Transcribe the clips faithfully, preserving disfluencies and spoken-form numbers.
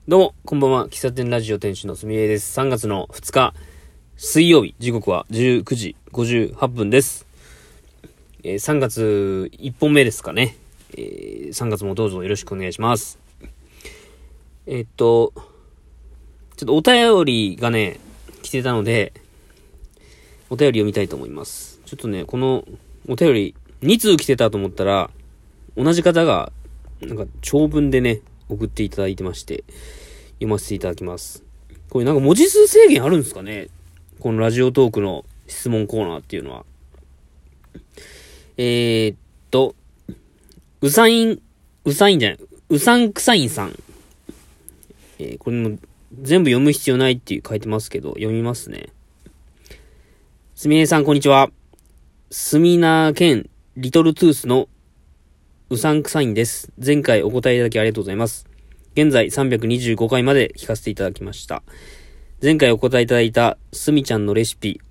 どうも、こんばんは。喫茶店ラジオ店主のすみえです。さんがつのふつか、水曜日、時刻はじゅうくじごじゅうはっぷんです。えー、さんがついっぽんめですかね。えー、さんがつもどうぞよろしくお願いします。えー、っと、ちょっとお便りがね、来てたので、お便り読みたいと思います。ちょっとね、このお便りにつう来てたと思ったら、同じ方が、なんか長文でね、送っていただいてまして、読ませていただきます。これなんか文字数制限あるんですかね？このラジオトークの質問コーナーっていうのは。えーっと、うさいん、うさいんじゃない、うさんくさいんさん。えー、これも全部読む必要ないって書いてますけど、読みますね。すみえさん、こんにちは。すみな県リトルトゥースのうさんくさいんです。前回お答えいただきありがとうございます。現在さんびゃくにじゅうごかいまで聞かせていただきました。前回お答えいただいたすみちゃんのレシピ。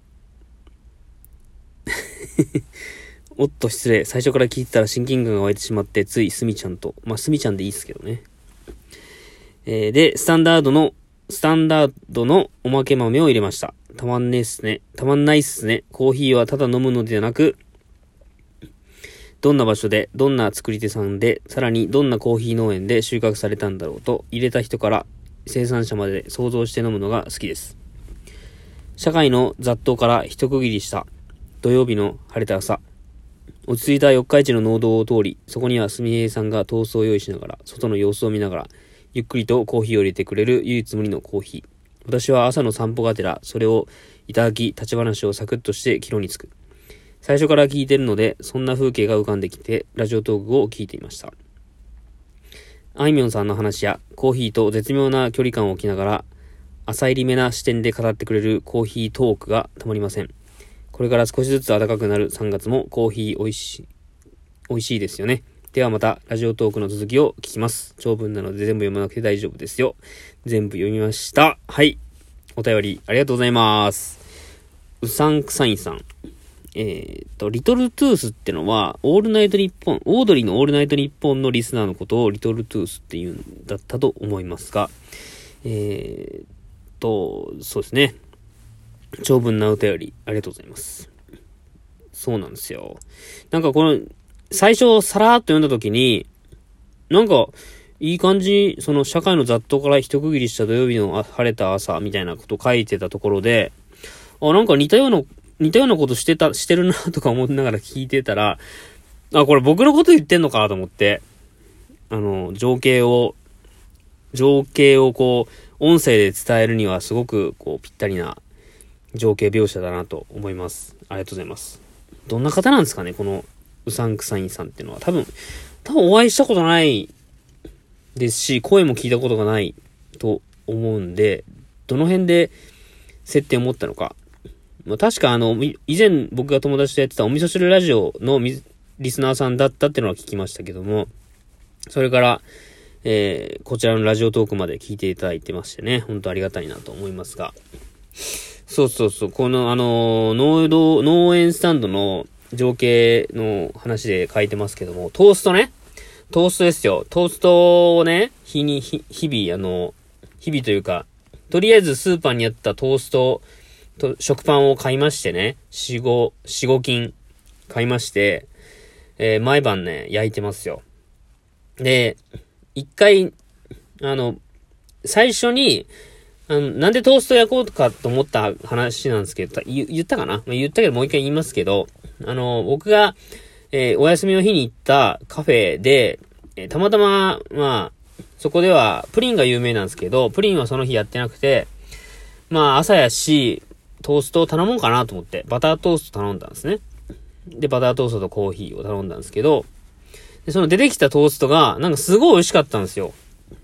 おっと失礼。最初から聞いてたら親近感が湧いてしまって、ついすみちゃんと。まあすみちゃんでいいっすけどね。えー、で、スタンダードの、スタンダードのおまけ豆を入れました。たまんねえっすね。たまんないっすね。コーヒーはただ飲むのではなく、どんな場所で、どんな作り手さんで、さらにどんなコーヒー農園で収穫されたんだろうと、入れた人から生産者まで想像して飲むのが好きです。社会の雑踏から一区切りした土曜日の晴れた朝、落ち着いた四日市の農道を通り、そこにはすみえさんがトーストを用意しながら、外の様子を見ながら、ゆっくりとコーヒーを入れてくれる唯一無二のコーヒー。私は朝の散歩がてら、それをいただき、立ち話をサクッとして帰路に着く。最初から聞いてるので、そんな風景が浮かんできて、ラジオトークを聞いていました。あいみょんさんの話や、コーヒーと絶妙な距離感を置きながら、浅いりめな視点で語ってくれるコーヒートークがたまりません。これから少しずつ暖かくなるさんがつもコーヒーおいしい、美味しいですよね。ではまた、ラジオトークの続きを聞きます。長文なので全部読まなくて大丈夫ですよ。全部読みました。はい。お便りありがとうございます。うさんくさいんさん。えっと、リトルトゥースってのは、オールナイトニッポン、オードリーのオールナイトニッポンのリスナーのことをリトルトゥースっていうんだったと思いますが、えっと、そうですね。長文なお便り、ありがとうございます。そうなんですよ。なんかこの、最初さらーっと読んだ時に、なんか、いい感じ、その社会の雑踏から一区切りした土曜日の晴れた朝みたいなこと書いてたところで、あ、なんか似たような、似たようなことしてた、してるなとか思いながら聞いてたら、あ、これ僕のこと言ってんのかなと思って、あの、情景を、情景をこう、音声で伝えるにはすごくこう、ぴったりな情景描写だなと思います。ありがとうございます。どんな方なんですかね、このうさんくさいんさんっていうのは。多分、多分お会いしたことないですし、声も聞いたことがないと思うんで、どの辺で接点を持ったのか。まあ、確かあの、以前僕が友達とやってたお味噌汁ラジオのリスナーさんだったっていうのは聞きましたけども、それから、えー、こちらのラジオトークまで聞いていただいてましてね、本当ありがたいなと思いますが。そうそうそう、このあの、農道、農園スタンドの情景の話で書いてますけども、トーストね、トーストですよ。トーストをね、日に、日々、あの、日々というか、とりあえずスーパーにあったトースト、と食パンを買いましてね、よん、ご、よん、ご斤買いまして、えー、毎晩ね、焼いてますよ。で、一回、あの、最初に、あの、なんでトースト焼こうかと思った話なんですけど、言, 言ったかな、まあ、言ったけどもう一回言いますけど、あの、僕が、えー、お休みの日に行ったカフェで、えー、たまたま、まあ、そこではプリンが有名なんですけど、プリンはその日やってなくて、まあ朝やし、トーストを頼もうかなと思って、バタートースト頼んだんですね。で、バタートーストとコーヒーを頼んだんですけど、でその出てきたトーストが、なんかすごい美味しかったんですよ。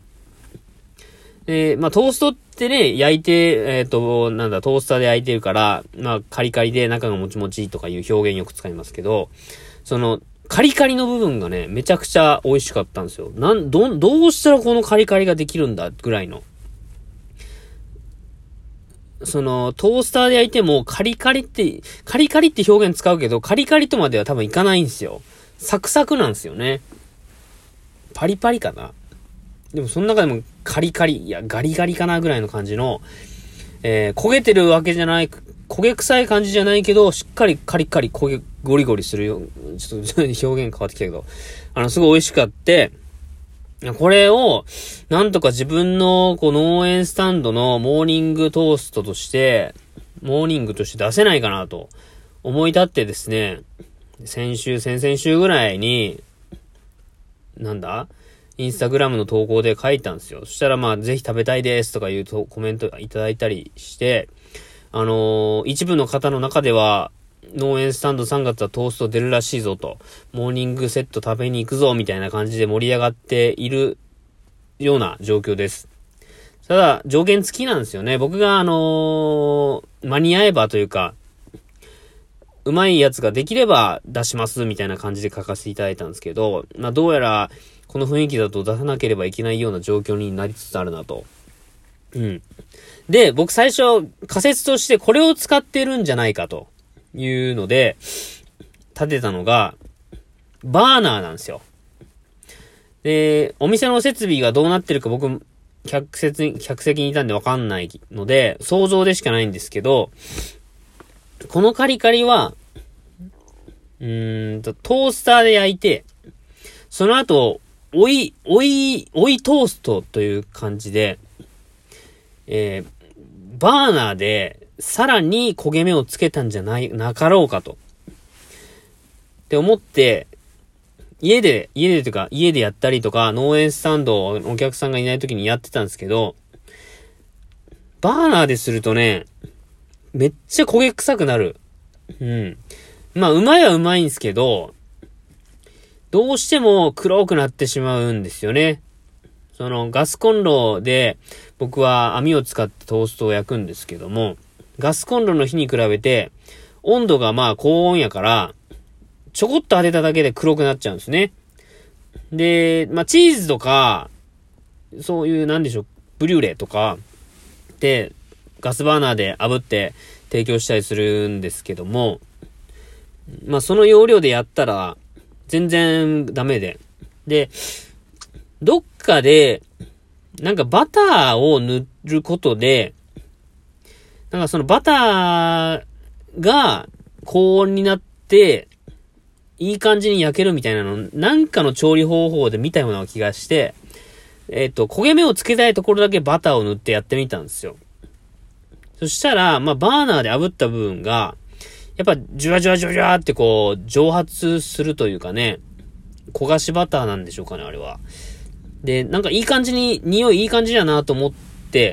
で、まあトーストってね、焼いて、えっと、なんだ、トースターで焼いてるから、まあカリカリで中がもちもちとかいう表現よく使いますけど、その、カリカリの部分がね、めちゃくちゃ美味しかったんですよ。なん、ど、どうしたらこのカリカリができるんだぐらいの。その、トースターで焼いても、カリカリって、カリカリって表現使うけど、カリカリとまでは多分いかないんですよ。サクサクなんですよね。パリパリかな。でもその中でもカリカリ、いや、ガリガリかなぐらいの感じの、えー、焦げてるわけじゃない、焦げ臭い感じじゃないけど、しっかりカリカリ焦げ、ゴリゴリするよ。ちょっと表現変わってきたけど、あの、すごい美味しかって、これを、なんとか自分の、こう、農園スタンドのモーニングトーストとして、モーニングとして出せないかなと思い立ってですね、先週、先々週ぐらいに、なんだインスタグラムの投稿で書いたんですよ。そしたらまあ、ぜひ食べたいですとかいうとコメントいただいたりして、あのー、一部の方の中では、農園スタンドさんがつはトースト出るらしいぞと、モーニングセット食べに行くぞみたいな感じで盛り上がっているような状況です。ただ、条件付きなんですよね。僕があのー、間に合えばというか、うまいやつができれば出しますみたいな感じで書かせていただいたんですけど、まあどうやらこの雰囲気だと出さなければいけないような状況になりつつあるなと。うん。で、僕最初仮説としてこれを使ってるんじゃないかというので、立てたのが、バーナーなんですよ。で、お店の設備がどうなってるか僕、客席に、客席にいたんでわかんないので、想像でしかないんですけど、このカリカリは、うーんと、トースターで焼いて、その後、追い、追い、追いトーストという感じで、えー、バーナーで、さらに焦げ目をつけたんじゃない、なかろうかと。って思って、家で、家でというか、家でやったりとか、農園スタンドをお客さんがいない時にやってたんですけど、バーナーでするとね、めっちゃ焦げ臭くなる。うん。まあ、うまいはうまいんですけど、どうしても黒くなってしまうんですよね。そのガスコンロで僕は網を使ってトーストを焼くんですけども、ガスコンロの火に比べて温度がまあ高温やから、ちょこっと当てただけで黒くなっちゃうんですね。で、まあチーズとか、そういうなんでしょう、ブリュレとかでガスバーナーで炙って提供したりするんですけども、まあその要領でやったら全然ダメで。で、どっかでなんかバターを塗ることで、なんかそのバターが高温になっていい感じに焼けるみたいなの、なんかの調理方法で見たような気がして、えっと、焦げ目をつけたいところだけバターを塗ってやってみたんですよ。そしたら、まあ、バーナーで炙った部分が、やっぱ、ジュワジュワジュワジュワってこう、蒸発するというかね、焦がしバターなんでしょうかね、あれは。で、なんかいい感じに、匂いいい感じだなと思って、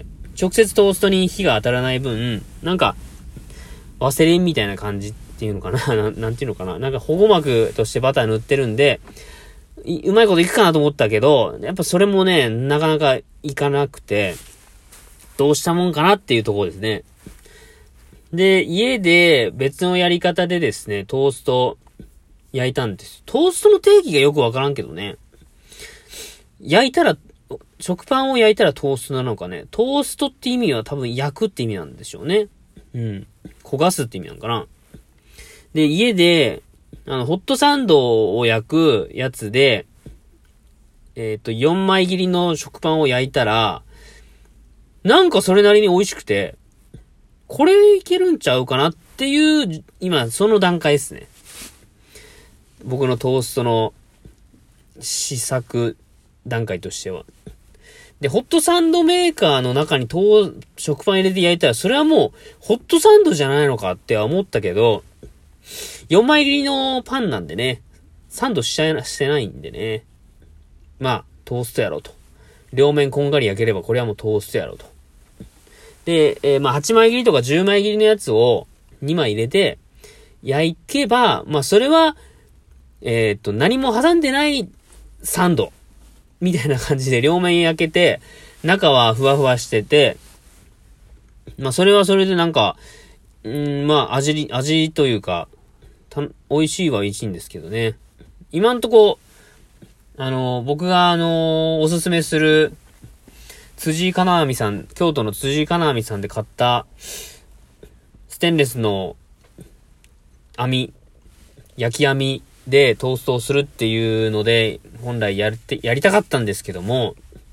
直接トーストに火が当たらない分、なんか、ワセリンみたいな感じっていうのかなな、なんていうのかななんか保護膜としてバター塗ってるんで、うまいこといくかなと思ったけど、やっぱそれもね、なかなかいかなくて、どうしたもんかなっていうところですね。で、家で別のやり方でですね、トースト焼いたんです。トーストの定義がよくわからんけどね。焼いたら、食パンを焼いたらトーストなのかね。トーストって意味は多分焼くって意味なんでしょうね。うん。焦がすって意味なのかな。で、家で、あの、ホットサンドを焼くやつで、えっと、よんまい切りの食パンを焼いたら、なんかそれなりに美味しくて、これいけるんちゃうかなっていう、今、その段階ですね。僕のトーストの試作段階としては。で、ホットサンドメーカーの中にトー食パン入れて焼いたら、それはもう、ホットサンドじゃないのかっては思ったけど、よんまい切りのパンなんでね、サンドしちゃいしてないんでね。まあ、トーストやろうと。両面こんがり焼ければ、これはもうトーストやろうと。で、えー、まあ、はちまい切りとかじゅうまい切りのやつをにまい入れて、焼けば、まあ、それは、えー、っと、何も挟んでないサンド。みたいな感じで両面焼けて、中はふわふわしてて、まあ、それはそれでなんか、うーん、まあ、味、味というか、た美味しいは美味しいんですけどね。今んとこ、あの、僕があの、おすすめする、辻井金網さん、京都の辻井金網さんで買った、ステンレスの網、焼き網でトーストをするっていうので、本来やって、やりたかったんですけども、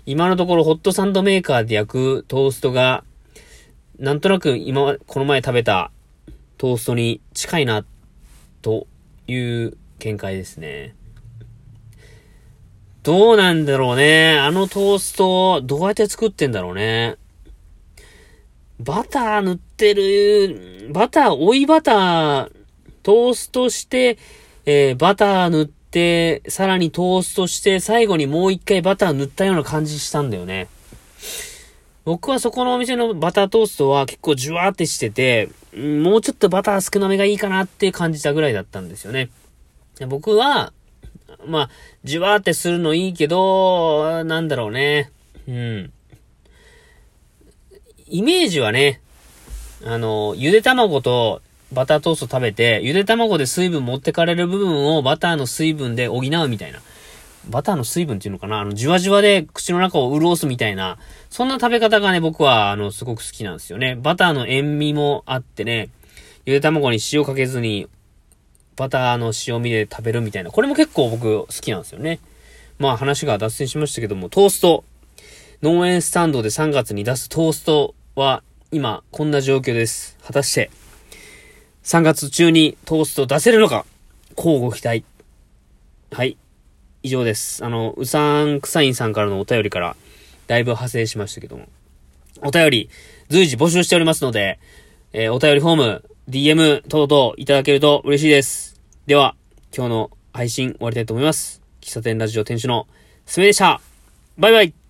今のところホットサンドメーカーで焼くトーストが、なんとなく今、この前食べたトーストに近いな、という見解ですね。どうなんだろうね。あのトースト、どうやって作ってんだろうね。バター塗ってる、バター、追いバター、トーストして、えー、バター塗って、さらにトーストして、最後にもう一回バター塗ったような感じしたんだよね。僕はそこのお店のバタートーストは結構ジュワーってしてて、もうちょっとバター少なめがいいかなって感じたぐらいだったんですよね。僕は、まあ、ジュワーってするのいいけど、なんだろうね。うん。イメージはね、あの、ゆで卵とバタートースト食べて、ゆで卵で水分持ってかれる部分をバターの水分で補うみたいな。バターの水分っていうのかな、あの、じわじわで口の中を潤すみたいな、そんな食べ方がね、僕は、あの、すごく好きなんですよね。バターの塩味もあってね、ゆで卵に塩かけずに、バターの塩味で食べるみたいな。これも結構僕好きなんですよね。まあ話が脱線しましたけども、トースト。農園スタンドでさんがつに出すトーストは、今、こんな状況です。果たして、さんがつ中にトースト出せるのか、乞うご期待。はい。以上です。あの、うさんくさいんさんからのお便りから、だいぶ派生しましたけども。お便り、随時募集しておりますので、えー、お便りフォーム、ディーエム 等々いただけると嬉しいです。では、今日の配信終わりたいと思います。喫茶店ラジオ店主のすめでした。バイバイ。